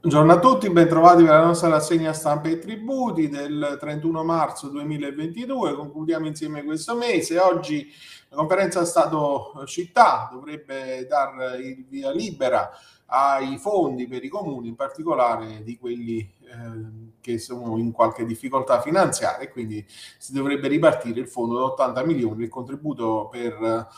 Buongiorno a tutti, bentrovati per la nostra rassegna stampa e tributi del 31 marzo 2022. Concludiamo insieme questo mese. Oggi la conferenza Stato-Città dovrebbe dar il via libera ai fondi per i comuni, in particolare di quelli che sono in qualche difficoltà finanziaria, e quindi si dovrebbe ripartire il fondo da 80 milioni, il contributo per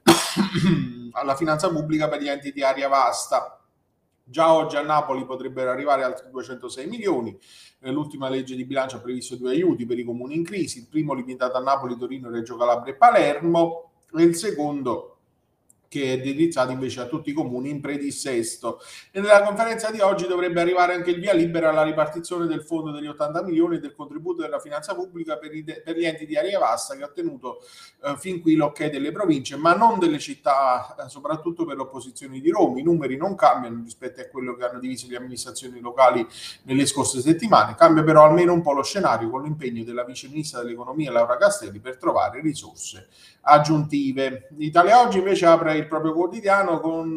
alla finanza pubblica per gli enti di area vasta. Già oggi a Napoli potrebbero arrivare altri 206 milioni. L'ultima legge di bilancio ha previsto due aiuti per i comuni in crisi, il primo limitato a Napoli, Torino, Reggio Calabria e Palermo, e il secondo che è indirizzato invece a tutti i comuni in predissesto. E nella conferenza di oggi dovrebbe arrivare anche il via libera alla ripartizione del fondo degli 80 milioni e del contributo della finanza pubblica per gli enti di area vasta, che ha ottenuto fin qui l'ok delle province, ma non delle città, soprattutto per l'opposizione di Roma. I numeri non cambiano rispetto a quello che hanno diviso le amministrazioni locali nelle scorse settimane. Cambia però almeno un po' lo scenario, con l'impegno della vice ministra dell'economia Laura Castelli per trovare risorse aggiuntive. Italia Oggi invece apre il proprio quotidiano con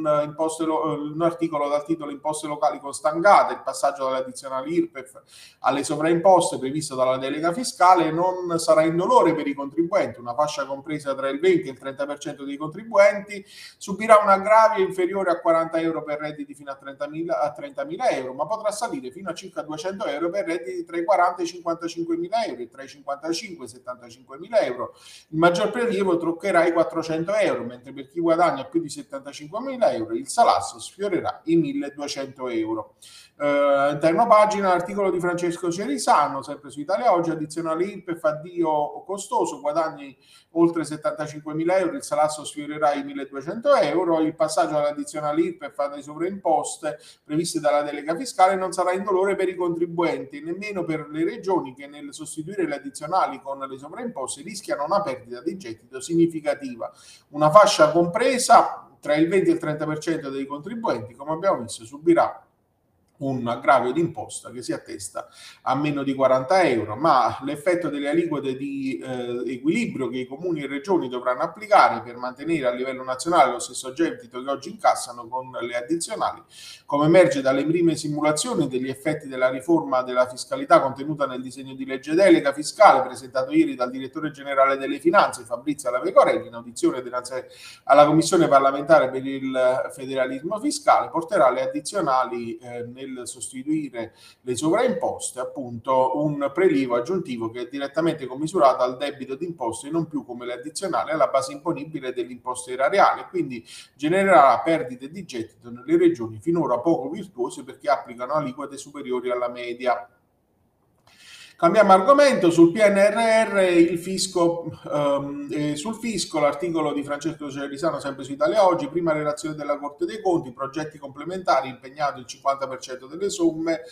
un articolo dal titolo "Imposte locali con stangate, il passaggio dalle addizionali IRPEF alle sovraimposte previsto dalla delega fiscale non sarà indolore per i contribuenti. Una fascia compresa tra il 20 e il 30% dei contribuenti subirà un aggravio inferiore a 40 euro per redditi fino a 30.000 euro, ma potrà salire fino a circa 200 euro per redditi tra i 40 e i 55.000 euro e tra i 55 e i 75.000 euro. Il maggior prelievo toccherà i 400 euro, mentre per chi guadagna più di 75.000 euro il salasso sfiorerà i 1.200 euro. Interno pagina, articolo di Francesco Cerisano, sempre su Italia Oggi: addizionale IRPEF, addio costoso, guadagni oltre 75.000 euro, il salasso sfiorerà i 1.200 euro, il passaggio all'addizionale IRPEF alle sovraimposte previste dalla delega fiscale non sarà indolore per i contribuenti, nemmeno per le regioni che nel sostituire le addizionali con le sovraimposte rischiano una perdita di gettito significativa. Una fascia compresa tra il 20 e il 30% dei contribuenti, come abbiamo visto, subirà un aggravio d'imposta che si attesta a meno di 40 euro, ma l'effetto delle aliquote di equilibrio che i comuni e regioni dovranno applicare per mantenere a livello nazionale lo stesso gettito che oggi incassano con le addizionali, come emerge dalle prime simulazioni degli effetti della riforma della fiscalità contenuta nel disegno di legge delega fiscale presentato ieri dal direttore generale delle finanze Fabrizio Lavecorelli in audizione dinanzi alla Commissione parlamentare per il federalismo fiscale, porterà le addizionali nel sostituire le sovraimposte, appunto, un prelievo aggiuntivo che è direttamente commisurato al debito d'imposta e non più come le addizionali alla base imponibile dell'imposta erariale, quindi genererà perdite di gettito nelle regioni finora poco virtuose perché applicano aliquote superiori alla media. Cambiamo argomento. Sul PNRR, il fisco, sul fisco, l'articolo di Francesco Cerisano, sempre su Italia Oggi: prima relazione della Corte dei Conti, progetti complementari, impegnato il 50% delle somme,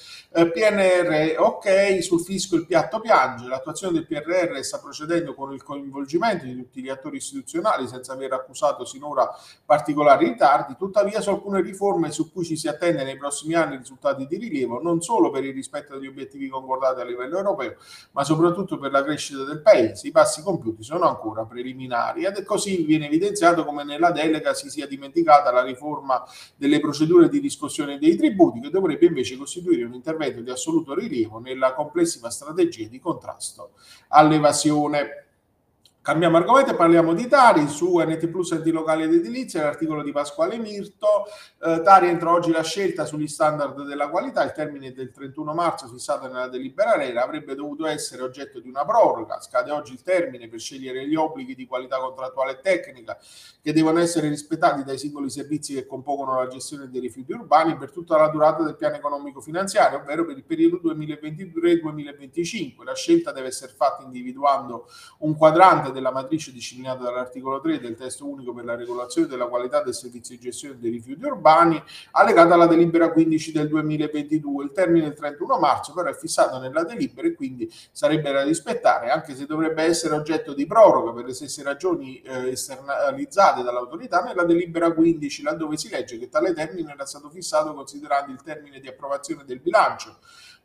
PNR ok, sul fisco il piatto piange, l'attuazione del PNRR sta procedendo con il coinvolgimento di tutti gli attori istituzionali senza aver accusato sinora particolari ritardi, tuttavia su alcune riforme su cui ci si attende nei prossimi anni risultati di rilievo, non solo per il rispetto degli obiettivi concordati a livello europeo, ma soprattutto per la crescita del paese. I passi compiuti sono ancora preliminari, ed è così viene evidenziato come nella delega si sia dimenticata la riforma delle procedure di riscossione dei tributi, che dovrebbe invece costituire un intervento di assoluto rilievo nella complessiva strategia di contrasto all'evasione. Cambiamo argomento e parliamo di Tari. Su NT Plus enti locali ed edilizia, l'articolo di Pasquale Mirto. Tari entra oggi la scelta sugli standard della qualità, il termine del 31 marzo fissato nella delibera ARERA avrebbe dovuto essere oggetto di una proroga, scade oggi il termine per scegliere gli obblighi di qualità contrattuale e tecnica che devono essere rispettati dai singoli servizi che compongono la gestione dei rifiuti urbani per tutta la durata del piano economico finanziario, ovvero per il periodo 2023-2025. La scelta deve essere fatta individuando un quadrante della matrice disciplinata dall'articolo 3 del testo unico per la regolazione della qualità del servizio di gestione dei rifiuti urbani, allegata alla delibera 15 del 2022. Il termine del 31 marzo però è fissato nella delibera e quindi sarebbe da rispettare, anche se dovrebbe essere oggetto di proroga per le stesse ragioni esternalizzate dall'autorità nella delibera 15, laddove si legge che tale termine era stato fissato considerando il termine di approvazione del bilancio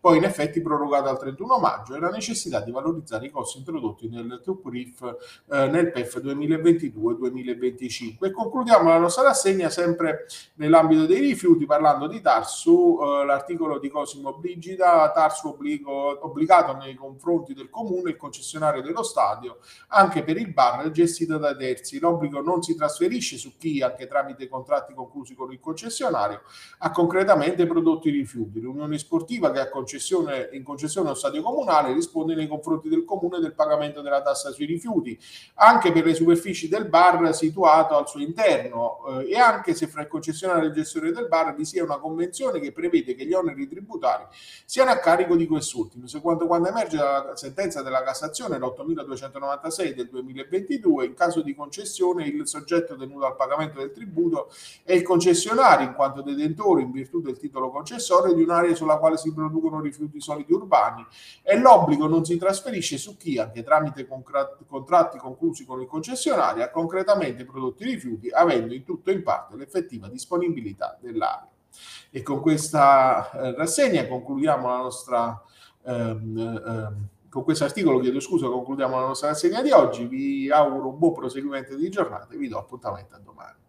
poi in effetti prorogata al 31 maggio, e la necessità di valorizzare i costi introdotti nel nel PEF 2022-2025. E concludiamo la nostra rassegna sempre nell'ambito dei rifiuti parlando di Tarsu, l'articolo di Cosimo Brigida, Tarsu obbligato nei confronti del comune, il concessionario dello stadio, anche per il bar gestito da terzi. L'obbligo non si trasferisce su chi, anche tramite contratti conclusi con il concessionario, ha concretamente prodotto i rifiuti. L'Unione Sportiva, che ha in concessione allo stadio comunale, risponde nei confronti del comune del pagamento della tassa sui rifiuti, anche per le superfici del bar situato al suo interno, e anche se fra il concessionario e il gestore del bar vi sia una convenzione che prevede che gli oneri tributari siano a carico di quest'ultimo. Secondo quanto emerge dalla sentenza della Cassazione l'8296 del 2022, in caso di concessione il soggetto tenuto al pagamento del tributo è il concessionario, in quanto detentore, in virtù del titolo concessorio, di un'area sulla quale si producono rifiuti solidi urbani, e l'obbligo non si trasferisce su chi, anche tramite contratti conclusi con il concessionario, ha concretamente prodotto i rifiuti, avendo in tutto o in parte l'effettiva disponibilità dell'area. E con questa rassegna concludiamo la nostra con questo articolo, chiedo scusa, concludiamo la nostra rassegna di oggi. Vi auguro un buon proseguimento di giornata e vi do appuntamento a domani.